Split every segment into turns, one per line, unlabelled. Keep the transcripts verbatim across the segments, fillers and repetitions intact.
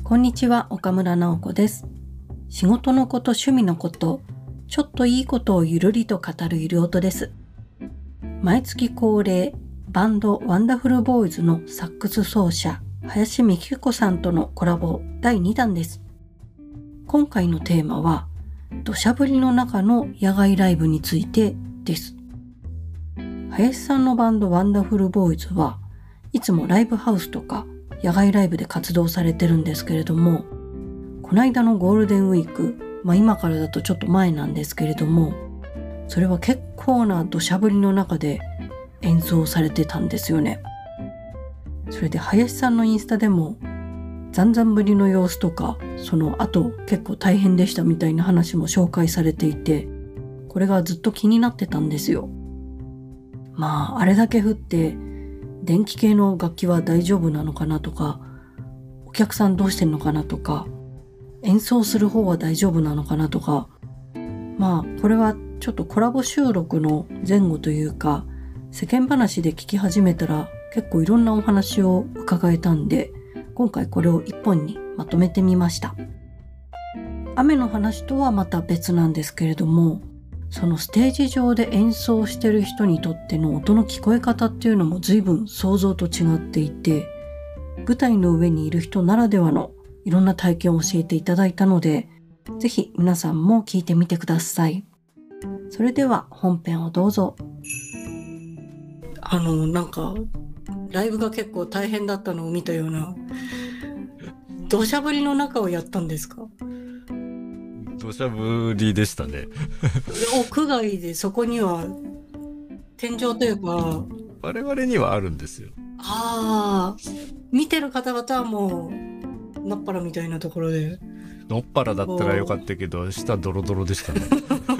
こんにちは、岡村直子です。仕事のこと、趣味のこと、ちょっといいことをゆるりと語るゆる音です。毎月恒例、バンドワンダフルボーイズのサックス奏者、林美希子さんとのコラボだいにだんです。今回のテーマは、土砂降りの中の野外ライブについてです。林さんのバンドワンダフルボーイズはいつもライブハウスとか野外ライブで活動されてるんですけれども、この間のゴールデンウィーク、まあ今からだとちょっと前なんですけれども、それは結構な土砂降りの中で演奏されてたんですよね。それで林さんのインスタでもざんざん降りの様子とか、その後結構大変でしたみたいな話も紹介されていて、これがずっと気になってたんですよ。まああれだけ降って電気系の楽器は大丈夫なのかなとか、お客さんどうしてんのかなとか、演奏する方は大丈夫なのかなとか、まあこれはちょっとコラボ収録の前後というか、世間話で聞き始めたら結構いろんなお話を伺えたんで、今回これを一本にまとめてみました。雨の話とはまた別なんですけれども、そのステージ上で演奏してる人にとっての音の聞こえ方っていうのも随分想像と違っていて、舞台の上にいる人ならではのいろんな体験を教えていただいたので、ぜひ皆さんも聞いてみてください。それでは本編をどうぞ。あのなんかライブが結構大変だったのを見たような、土砂降りの中をやったんですか？
土砂降りでしたね。
屋外でそこには天井というか
我々にはあるんですよ。
ああ、見てる方々はもうのっぱらみたいなところで、
のっぱらだったらよかったけど下ドロドロでしたね。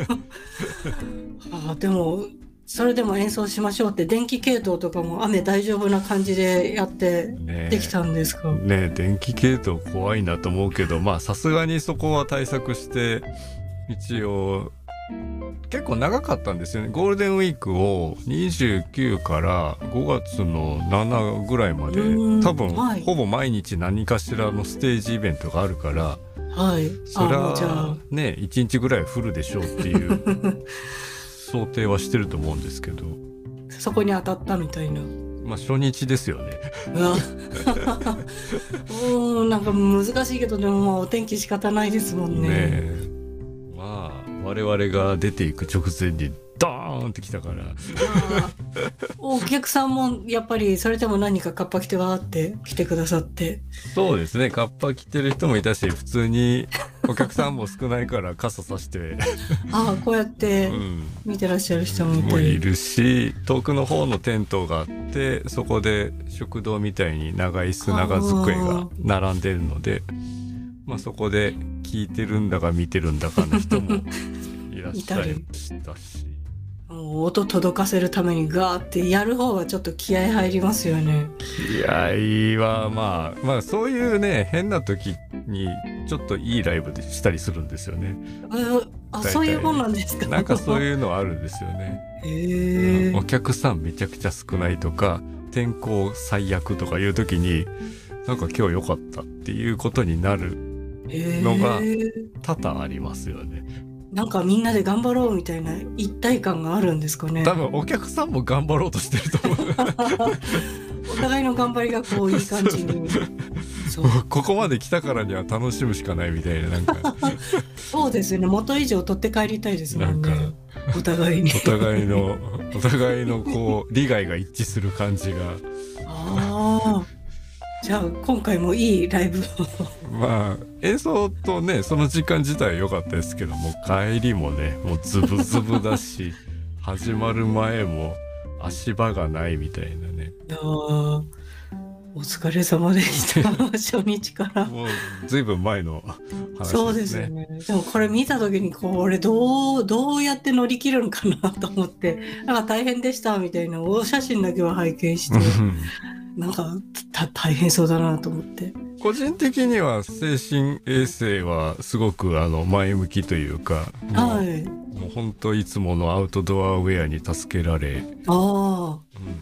ああ、でもそれでも演奏しましょうって、電気系統とかも雨大丈夫な感じでやってできたんですか？
ねえ、ねえ電気系統怖いなと思うけど、まあさすがにそこは対策して一応結構長かったんですよね。ゴールデンウィークをにじゅうくからごがつのななぐらいまで、多分、はい、ほぼ毎日何かしらのステージイベントがあるから、はい、そりゃねいちにちぐらい降るでしょうっていう想定はしてると思うんですけど、
そこに当たったみたいな。
まあ初日ですよね。
うん、なんか難しいけど、でもまあお天気仕方ないですもんね。ねえ、
まあ我々が出ていく直前にドーンってきたから
お客さんもやっぱりそれでも何かカッパ着てわーって来てくださって。
そうですね、カッパ着てる人もいたし、普通にお客さんも少ないから傘さして
ああ、こうやって見てらっしゃる人もいて、
うん、もいるし、遠くの方のテントがあって、そこで食堂みたいに長椅子長机が並んでるので、まあ、そこで聞いてるんだか見てるんだかの人もいらっしゃいましたし
音届かせるためにガーってやる方がちょっと気合入りますよね。
気合はまあまあそういうね変な時にちょっといいライブでしたりするんですよね。
あ、そういうもんなんですか？
なんかそういうのあるんですよね。
へー、
うん、お客さんめちゃくちゃ少ないとか天候最悪とかいう時になんか今日良かったっていうことになるのが多々ありますよね。
なんかみんなで頑張ろうみたいな一体感があるんですかね。
多分お客さんも頑張ろうとしてると思う。
お互いの頑張りがこういい感じに
そうここまで来たからには楽しむしかないみたいな、なんか
そうですよね、元以上取って帰りたいですもんね。なんかお互いに
お互いのお互いのこう利害が一致する感じが
ああ、じゃあ今回もいいライブを
まあ演奏とねその時間自体は良かったですけども、帰りもねもうズブズブだし始まる前も足場がないみたいなね。
あ、お疲れ様でした初日から
もうずいぶん前の話ですね。
そうですよね。でもこれ見た時にこれどうどうやって乗り切るのかなと思って、なんか大変でしたみたいなお写真だけは拝見してなんか大変そうだなと思って。
個人的には精神衛生はすごくあの前向きというか、はい、もう本当いつものアウトドアウェアに助けられ、
あ、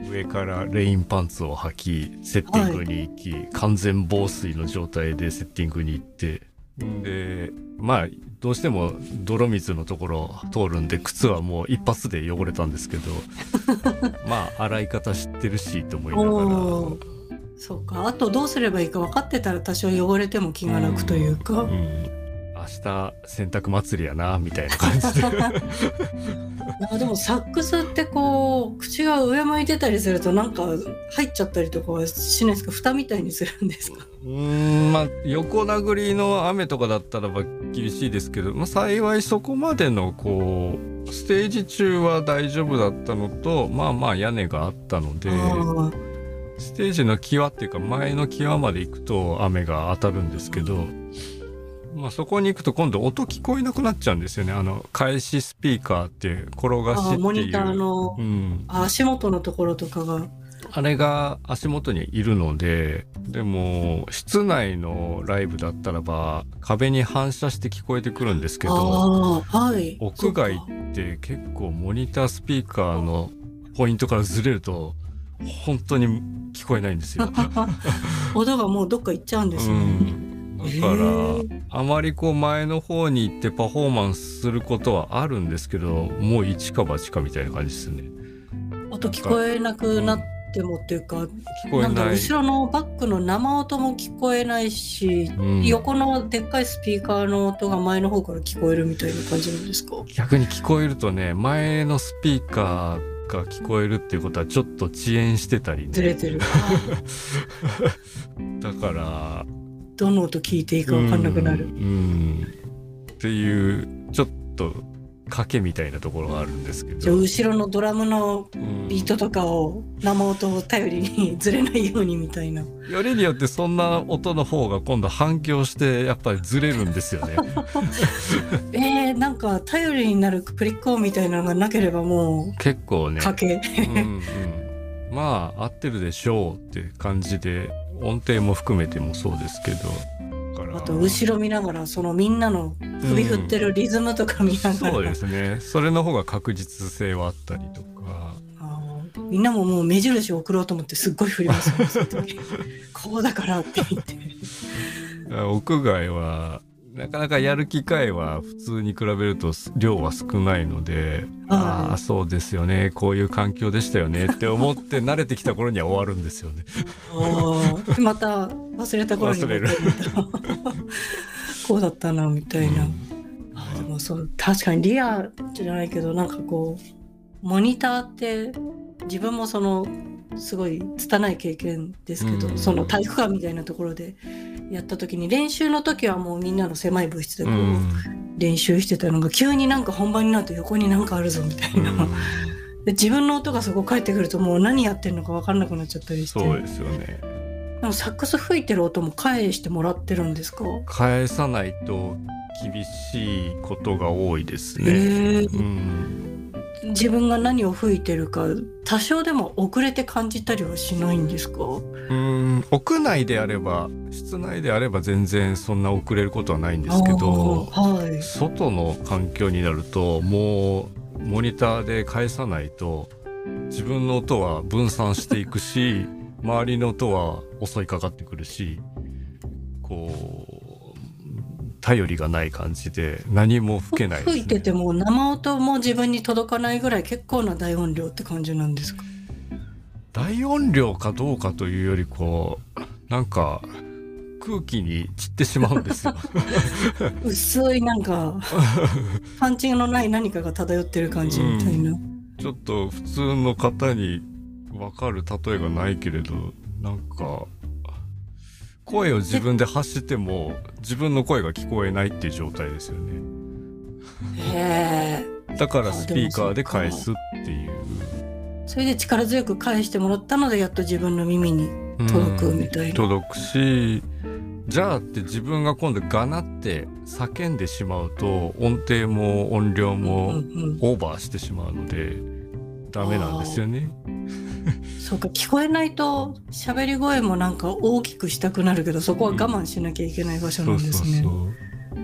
上からレインパンツを履きセッティングに行き、はい、完全防水の状態でセッティングに行って、でまあどうしても泥水のところを通るんで靴はもう一発で汚れたんですけどまあ洗い方知ってるしと思いながら。
そうか、あとどうすればいいか分かってたら多少汚れても気が楽というか、うんうん、
明日洗濯祭りやなみたいな感じで
あでもサックスってこう口が上向いてたりするとなんか入っちゃったりとかはしないですか？蓋みたいにするんですか？
うーんまあ横殴りの雨とかだったらば厳しいですけど、まあ、幸いそこまでのこうステージ中は大丈夫だったのと、まあまあ屋根があったので、ステージの際っていうか前の際まで行くと雨が当たるんですけど、まあ、そこに行くと今度音聞こえなくなっちゃうんですよね。あの返しスピーカーっていう転がしっていう
モニターの、うん、足元のところとかが
あれが足元にいるので、でも室内のライブだったらば壁に反射して聞こえてくるんですけど、
はい、
屋外って結構モニタースピーカーのポイントからずれると本当に聞こえないんですよ
音がもうどっか行っちゃうんですね、うん
だからあまりこう前の方に行ってパフォーマンスすることはあるんですけど、もう一か八かみたいな感じですね。
音聞こえなくなってもっていうか、
聞こえない、
なんか後ろのバックの生音も聞こえないし、うん、横のでっかいスピーカーの音が前の方から聞こえるみたいな感じなんですか？
逆に聞こえるとね、前のスピーカーが聞こえるっていうことはちょっと遅延してたりね、
ずれてる
だから
どの音聞いていいか分かんなくなる、うん、
うん、っていうちょっと賭けみたいなところがあるんですけど、
じゃあ後ろのドラムのビートとかを生音を頼りにずれないようにみたいな、
よりによってそんな音の方が今度反響してやっぱりずれるんですよね
えー、なんか頼りになるプリッコみたいなのがなければもう
結構ね
賭け
うん、うん、まあ合ってるでしょうって感じで、音程も含めてもそうですけど、
あと後ろ見ながらそのみんなの首振ってるリズムとか見ながら、
うん、そうですね、それの方が確実性はあったりとか、
あみんなももう目印を送ろうと思ってすっごい振りますよこうだからって言って
屋外はなかなかやる機会は普通に比べると量は少ないので、ああそうですよね、こういう環境でしたよねって思って慣れてきた頃には終わるんですよね
あまた忘れた頃に忘れるこうだったなみたいな、うん、あでもそう確かにリアじゃないけど、なんかこうモニターって自分もそのすごい拙い経験ですけど、うん、その体育館みたいなところでやった時に、練習の時はもうみんなの狭い部室でこう、うん、練習してたのが急になんか本番になると横になんかあるぞみたいな、うん、で自分の音がそこ帰ってくるともう何やってるのか分かんなくなっちゃったりして。
そうですよね。
でもサックス吹いてる音も返してもらってるんですか？
返さないと厳しいことが多いですね、うん、
自分が何を吹いてるか多少でも遅れて感じたりはしないんですか？
うん屋内であれば室内であれば全然そんな遅れることはないんですけど、はい、外の環境になるともうモニターで返さないと自分の音は分散していくし周りの音は襲いかかってくるし、こう頼りがない感じで何も吹けないですね。
吹いてても生音も自分に届かないぐらい結構な大音量って感じなんですか？
大音量かどうかというよりこうなんか空気に散ってしまうんですよ
薄いなんかパンチのない何かが漂ってる感じみたいな、うん、
ちょっと普通の方に分かる例えがないけれど、なんか声を自分で発しても自分の声が聞こえないっていう状態ですよね。
へー、
だからスピーカーで返すっていう、
それで力強く返してもらったのでやっと自分の耳に届くみたいな、
届くし、じゃあって自分が今度ガナって叫んでしまうと音程も音量もオーバーしてしまうのでダメなんですよね。
そうか、聞こえないと喋り声もなんか大きくしたくなるけど、そこは我慢しなきゃいけない場所なんですね。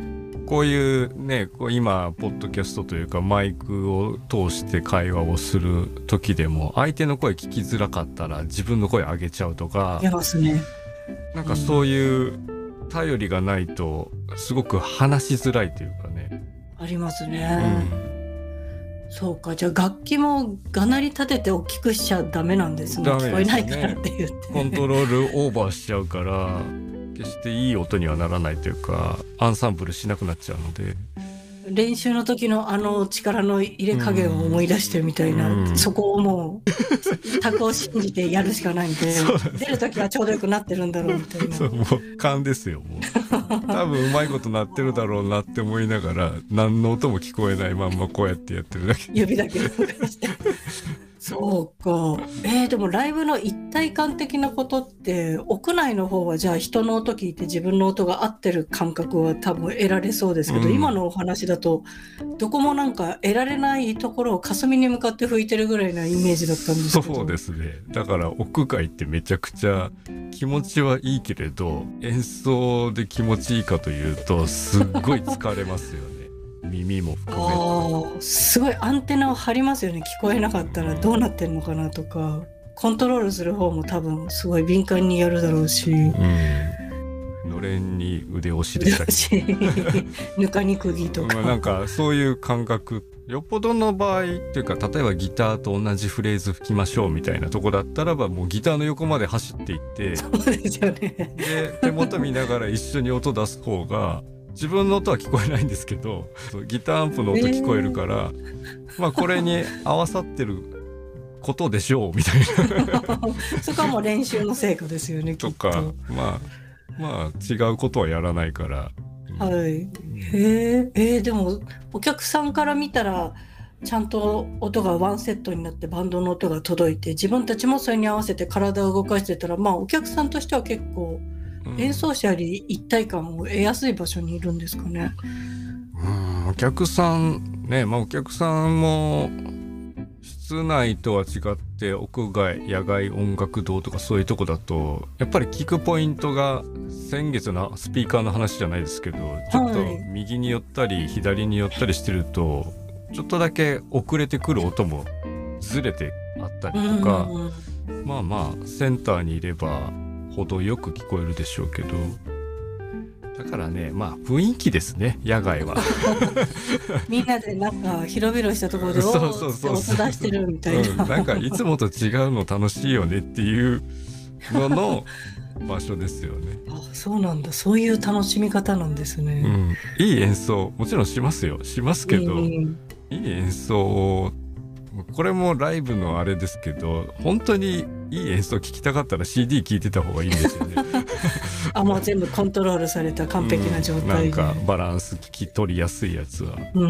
こういうねこう今ポッドキャストというかマイクを通して会話をする時でも相手の声聞きづらかったら自分の声上げちゃうとか、
いますね。
なんかそういう頼りがないとすごく話しづらいというかね。
あります
う
ね。
ん、
そうか、じゃあ楽器もがなり立てて大きくしちゃダメなんですね。
ダメ
聞こえ
ですね
ないからって言って。
コントロールオーバーしちゃうから決していい音にはならないというかアンサンブルしなくなっちゃうので、
練習の時のあの力の入れ加減を思い出してるみたいな、
うん
そこをもうタコを信じてやるしかないんで、出る時はちょうどよくなってるんだろうみたいな。
そうもう勘ですよ。もう多分うまいことなってるだろうなって思いながら何の音も聞こえないまんまこうやってやってるだけ。
指だけ動かしてそうか。えー、でもライブの一体感的なことって屋内の方はじゃあ人の音聞いて自分の音が合ってる感覚は多分得られそうですけど、
うん
今のお話だとどこもなんか得られないところを霞に向かって吹いてるぐらいなイメージだったんですけど。
そうですね。だから屋外ってめちゃくちゃ気持ちはいいけれど演奏で気持ちいいかというとすっごい疲れますよね。耳も含めて。
ああ、すごいアンテナを張りますよね。聞こえなかったらどうなってんのかなとか、コントロールする方も多分すごい敏感にやるだろうし、
うんのれんに腕押しでしたっけ
ぬかに釘とか、
まあなんかそういう感覚、よっぽどの場合っていうか、例えばギターと同じフレーズ吹きましょうみたいなとこだったらばもうギターの横まで走っていって
そうですよね。
で手元見ながら一緒に音出す方が自分の音は聞こえないんですけどそうギターアンプの音聞こえるから、えー、まあこれに合わさってることでしょうみたいな
そこはもう練習の成果ですよねきっと。
とかまあまあ違うことはやらないから、
はい。へえ、えー、でもお客さんから見たらちゃんと音がワンセットになってバンドの音が届いて自分たちもそれに合わせて体を動かしてたら、まあお客さんとしては結構演奏者より一体感を得やすい場所にいるんですかね。
うん、お客さんね、まあお客さんも室内とは違って屋外野外音楽堂とかそういうとこだとやっぱり聞くポイントが先月のスピーカーの話じゃないですけどちょっと右に寄ったり左に寄ったりしてるとちょっとだけ遅れてくる音もずれてあったりとか、まあまあセンターにいれば程よく聞こえるでしょうけど、だからねまあ雰囲気ですね野外は
みんなでなんか広々したところでおーって音出してるみたいな、
うん、なんかいつもと違うの楽しいよねっていうのの場所ですよね。
あ、そうなんだ。そういう楽しみ方なんですね。
うん、いい演奏もちろんしますよしますけど、
うん、
いい演奏をこれもライブのあれですけど本当にいい演奏聴きたかったら シーディー 聴いてた方がいいんですよね
あ、もう全部コントロールされた完璧な状態で、
うん、なんかバランス聞き取りやすいやつは、
うん、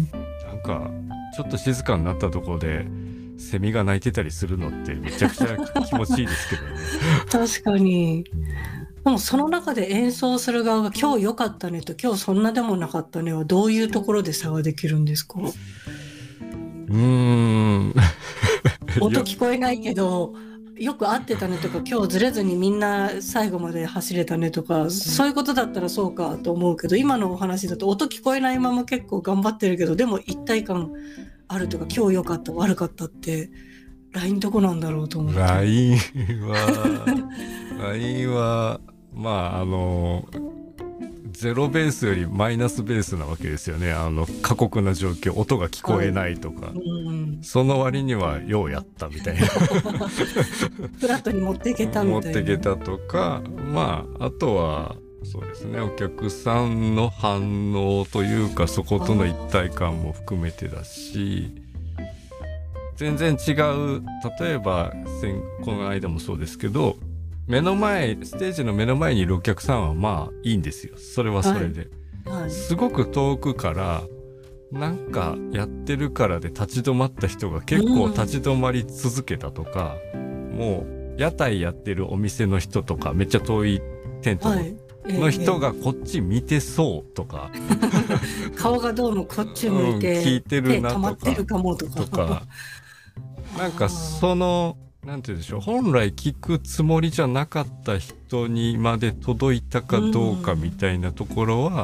なんかちょっと静かになったところでセミが鳴いてたりするのってめちゃくちゃ気持ちいいですけどね
確かに。でもその中で演奏する側が今日良かったねと今日そんなでもなかったねはどういうところで差ができるんですか？
うーん
音聞こえないけどよく合ってたねとか今日ずれずにみんな最後まで走れたねとかそういうことだったらそうかと思うけど、今のお話だと音聞こえないまま結構頑張ってるけどでも一体感あるとか今日良かった悪かったってラインどこなんだろうと思って。
ラインはラインはまああのゼロベースよりマイナスベースなわけですよね。あの過酷な状況音が聞こえないとか、はい、うん、その割にはようやったみたいな
フラットに持っていけたみたいな
持っていけたとか、まああとはそうですねお客さんの反応というかそことの一体感も含めてだし全然違う例えばこの間もそうですけど目の前ステージの目の前にいるお客さんはまあいいんですよそれはそれで、はいはい、すごく遠くからなんかやってるからで立ち止まった人が結構立ち止まり続けたとか、うん、もう屋台やってるお店の人とかめっちゃ遠いテントの、はいの人がこっち見てそうとか、え
え、顔がどうもこっち向いて、
うん、聞いてるなとか、
溜まってるかもとか、
とかなんかそのなんて言うんでしょう本来聞くつもりじゃなかった人にまで届いたかどうかみたいなところは、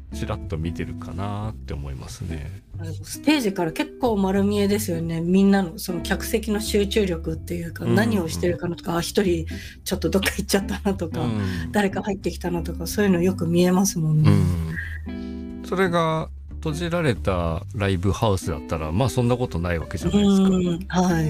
ちらっと見てるかなって思いますね。
ステージから結構丸見えですよね。みんなのその客席の集中力っていうか、
うんうん、
何をしてるかなとか、一人ちょっとどっか行っちゃったなとか、うん、誰か入ってきたなとか、そういうのよく見えますもんね。
うん、それが閉じられたライブハウスだったらまあそんなことないわけじゃないですか。うん、はい。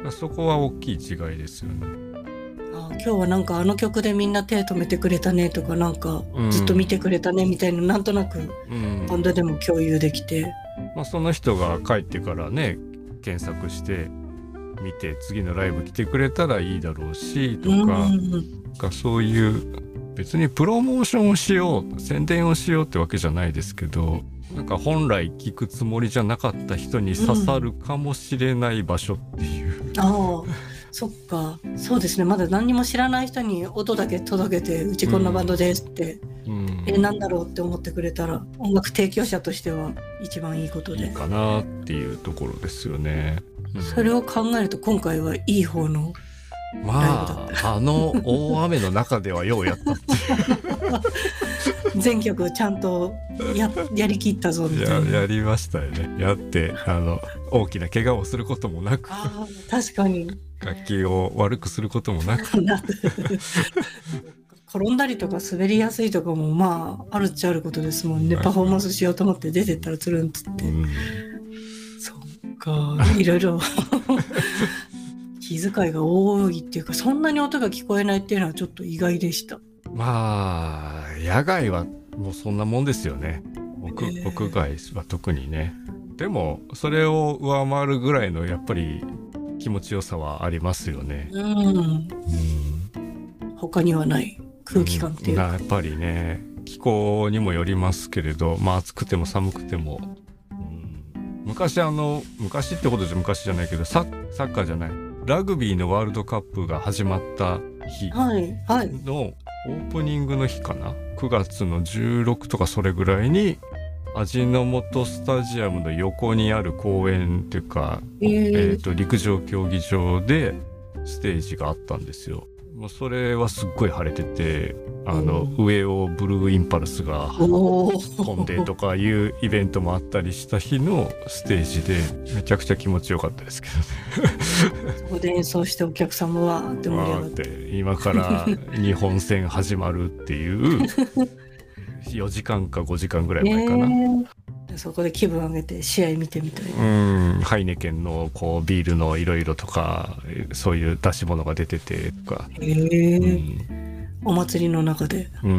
そこは大きい違いですよね。
あ、今日はなんかあの曲でみんな手止めてくれたねとか、なんかずっと見てくれたねみたいな、なんとなくバンドでも共有できて、うん
まあ、その人が帰ってからね検索して見て次のライブ来てくれたらいいだろうしとか、うん、なんかそういう別にプロモーションをしよう宣伝をしようってわけじゃないですけど、なんか本来聞くつもりじゃなかった人に刺さるかもしれない場所っていう、うん、
ああそっか、そうですね。まだ何も知らない人に音だけ届けて、うちこんなバンドですって、うん、えなんだろうって思ってくれたら、音楽提供者としては一番いいことで
いいかなっていうところですよね、
うん、それを考えると今回はいい方の
まああの大雨の中ではようやったっていう
全曲ちゃんと や, やりきったぞみたいな。
や, やりましたよね。やってあの大きな怪我をすることもなく、
あ確かに
楽器を悪くすることもなく
転んだりとか滑りやすいとかもまああるっちゃあることですもんね。パフォーマンスしようと思って出てったらつるんつって、うん、そっかいろいろ気遣いが多いっていうか、そんなに音が聞こえないっていうのはちょっと意外でした。
まあ野外はもうそんなもんですよね。 屋,、えー、屋外は特にね。でもそれを上回るぐらいのやっぱり気持ちよさはありますよね。うん、うん、
他にはない空気感っていうか、うん、
やっぱりね気候にもよりますけれど、まあ暑くても寒くても、うん、昔あの昔ってことじゃ昔じゃないけど サ, サッカーじゃないラグビーのワールドカップが始まった日のオープニングの日かな、くがつのじゅうろくとかそれぐらいに味の素スタジアムの横にある公園っていうか、えーえーと陸上競技場でステージがあったんですよ。もうそれはすっごい晴れてて、あの上をブルーインパルスが飛んでとかいうイベントもあったりした日のステージでめちゃくちゃ気持ちよかったですけどね
そこで演奏してお客さんもわーって盛り上がって
今から日本戦始まるっていうよじかんかごじかんぐらい前かな、えー
そこで気分上げて試合見てみたいな。
うんハイネケンのこうビールのいろいろとかそういう出し物が出ててとか、
へー、うん、お祭りの中で、
うん、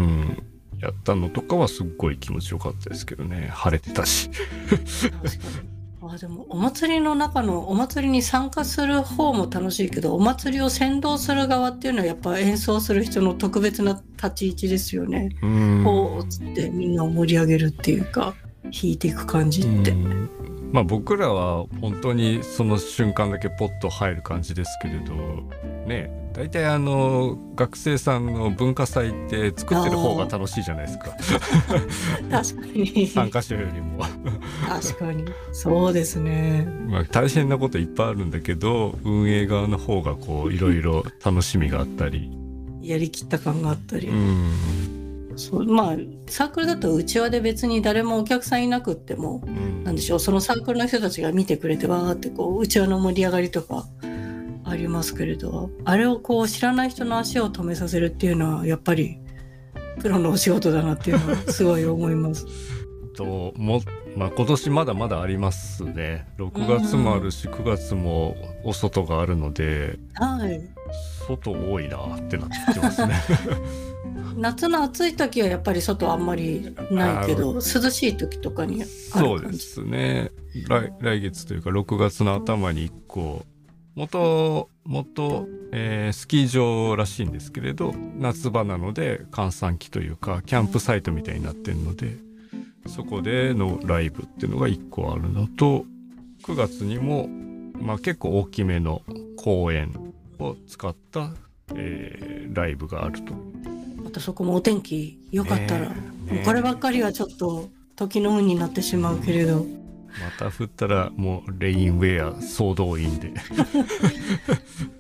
やったのとかはすっごい気持ちよかったですけどね。晴れてたし
確かに。あでもお祭りの中のお祭りに参加する方も楽しいけど、お祭りを先導する側っていうのはやっぱ演奏する人の特別な立ち位置ですよね。うんおーっつってみんなを盛り上げるっていうか弾いていく感じって、うん
まあ僕らは本当にその瞬間だけポッと入る感じですけれどね。大体あの学生さんの文化祭って作ってる方が楽しいじゃないですか
確かに
参加者よりも
確かにそうですね。
まあ大変なこといっぱいあるんだけど運営側の方がこういろいろ楽しみがあったり
やりきった感があったり、うんそうまあサークルだとうちわで別に誰もお客さんいなくっても、うん、なんでしょうそのサークルの人たちが見てくれてわーってこううちわの盛り上がりとかありますけれど、あれをこう知らない人の足を止めさせるっていうのはやっぱりプロのお仕事だなっていうのはすごい思います
とも、まあ、今年まだまだありますね。ろくがつもあるしくがつもお外があるので、はい、外多いなってなってきてますね
夏の暑い時はやっぱり外あんまりないけど涼しい時とかにある感じ。
そうですね 来, 来月というかろくがつの頭にいっこ元々、えー、スキー場らしいんですけれど夏場なので閑散期というかキャンプサイトみたいになってるのでそこでのライブっていうのがいっこあるのとくがつにも、まあ、結構大きめの公園を使った、えー、ライブがあると。
またそこもお天気良かったら、ねね、もうこればっかりはちょっと時の運になってしまうけれど、
また降ったらもうレインウェア総動員で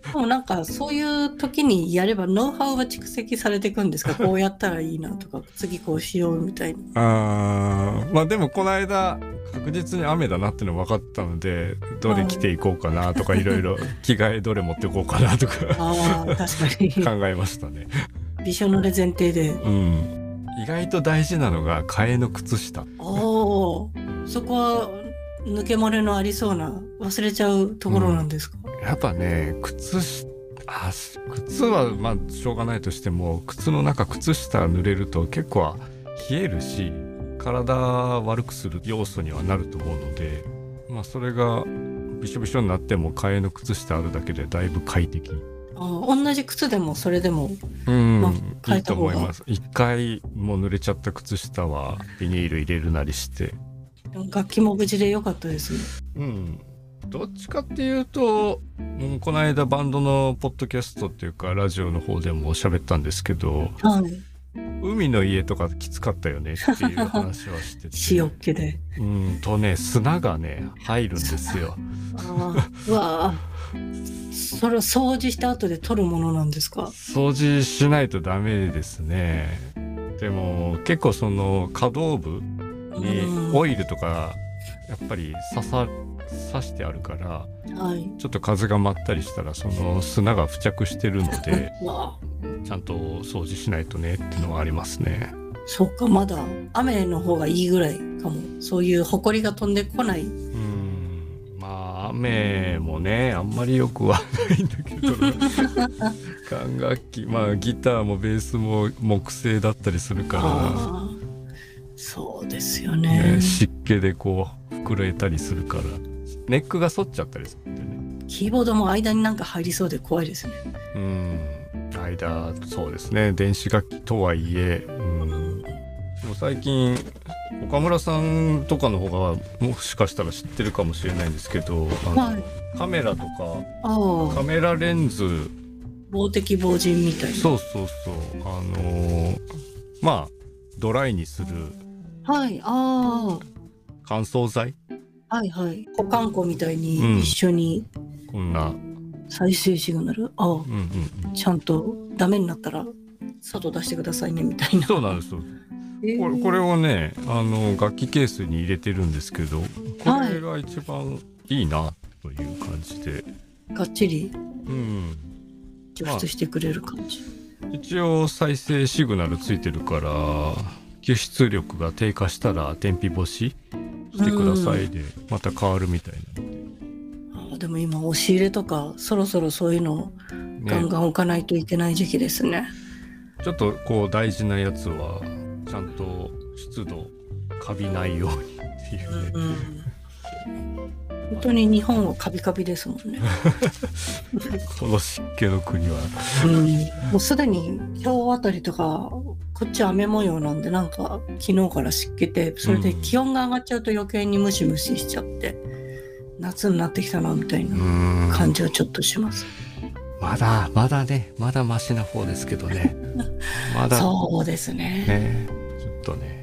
もなんかそういう時にやればノウハウは蓄積されていくんですか？こうやったらいいなとか次こうしようみたいな。
あーまあでもこの間確実に雨だなっての分かったので、どれ着ていこうかなとかいろいろ着替えどれ持っていこうかなとか
ああ確かに
考えましたね。
びしょ濡れ前提で。
うん、意外と大事なのが替えの靴下。
おお、そこは抜け漏れのありそうな忘れちゃうところなんですか？
うん、やっぱね靴下あ靴はまあしょうがないとしても、靴の中靴下濡れると結構冷えるし体悪くする要素にはなると思うので、まあそれがびしょびしょになっても替えの靴下あるだけでだいぶ快適。
あ、同じ靴でもそれでも、
うん
まあ、変
いいと
えた方が
思います。一回もう濡れちゃった靴下はビニール入れるなりして、
楽器も無事で良かったですね。
うん、どっちかっていうと、うん、この間バンドのポッドキャストっていうかラジオの方でも喋ったんですけど、
はい、
海の家とかきつかったよねっていう話はしてて
塩っ気で。
うんとね砂がね入るんですよ。
あうわそれを掃除した後で取るものなんですか？
掃除しないとダメですね。でも結構その可動部にオイルとかやっぱり刺さ刺してあるから、
はい、
ちょっと風が舞ったりしたらその砂が付着してるので
わ
ちゃんと掃除しないとねっていうのはありますね。
そっか、まだ雨の方がいいぐらいかも。そういう埃が飛んでこない。
うんまあ雨もねあんまりよくはないんだけど管楽器まあギターもベースも木製だったりするから
あそうですよね。
ね、湿気でこう膨れたりするからネックが反っちゃったりするんでね。
キーボードも間になんか入りそうで怖いですね。
うん間そうですね電子楽器とはいえ、うん、でも最近岡村さんとかの方がもしかしたら知ってるかもしれないんですけど、あの、はい、カメラとか
あ
カメラレンズ
防滴防塵みたいな。
そうそうそうあのー、まあドライにする
はいあ
乾燥剤
はいはい保管庫みたいに一緒に、
うん、こんな
再生シグナルああ、うん
うんうん、
ちゃんとダメになったら外出してくださいねみたいな。
そうなんですよ。これ、これをねあの楽器ケースに入れてるんですけど、これが一番いいなという感じで、
はい、がっちり除
除
出してくれる感じ、
まあ、一応再生シグナルついてるから吸出力が低下したら天日干ししてくださいでまた変わるみたいなので、
あでも今押し入れとかそろそろそういうのガンガン置かないといけない時期ですね。ね
ちょっとこう大事なやつはちゃんと湿度カビないようにっていうね、うんうん、
本当に日本はカビカビですもんね
この湿気の国は、
うん、もうすでに今日あたりとかこっち雨模様なんでなんか昨日から湿気てそれで気温が上がっちゃうと余計にムシムシしちゃって、うん、夏になってきたなみたいな感じはちょっとします。
まだまだねまだマシな方ですけどねまだ
そうですね。
ねちょっとね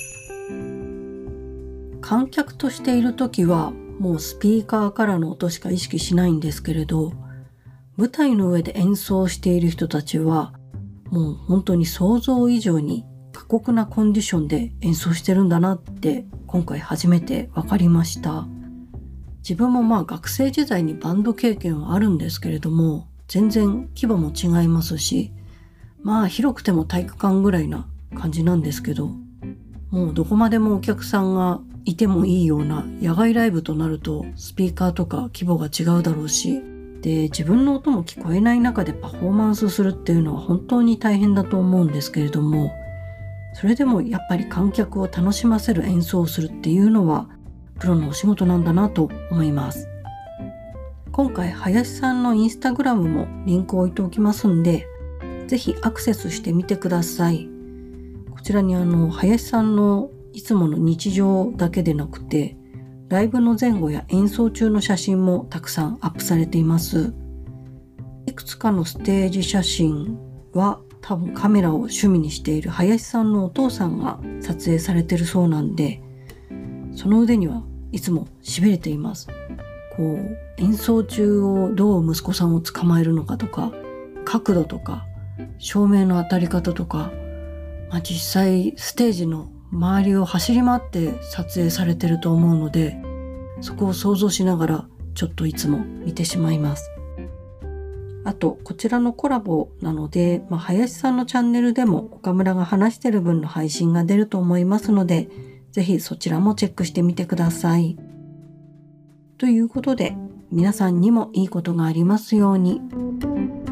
観客としている時はもうスピーカーからの音しか意識しないんですけれど、舞台の上で演奏している人たちはもう本当に想像以上に過酷なコンディションで演奏してるんだなって今回初めて分かりました。自分もまあ学生時代にバンド経験はあるんですけれども全然規模も違いますし、まあ広くても体育館ぐらいな感じなんですけど、もうどこまでもお客さんがいてもいいような野外ライブとなるとスピーカーとか規模が違うだろうし、で自分の音も聞こえない中でパフォーマンスするっていうのは本当に大変だと思うんですけれども、それでもやっぱり観客を楽しませる演奏をするっていうのはプロのお仕事なんだなと思います。今回林さんのインスタグラムもリンクを置いておきますんで、ぜひアクセスしてみてください。こちらにあの林さんのいつもの日常だけでなくてライブの前後や演奏中の写真もたくさんアップされています。いくつかのステージ写真は多分カメラを趣味にしている林さんのお父さんが撮影されているそうなんで、その腕にはいつもしびれています。 こう演奏中をどう息子さんを捕まえるのかとか、角度とか照明の当たり方とか、まあ、実際ステージの周りを走り回って撮影されてると思うので、そこを想像しながらちょっといつも見てしまいます。あとこちらのコラボなので、まあ、林さんのチャンネルでも岡村が話してる分の配信が出ると思いますので、ぜひそちらもチェックしてみてください。ということで、皆さんにもいいことがありますように。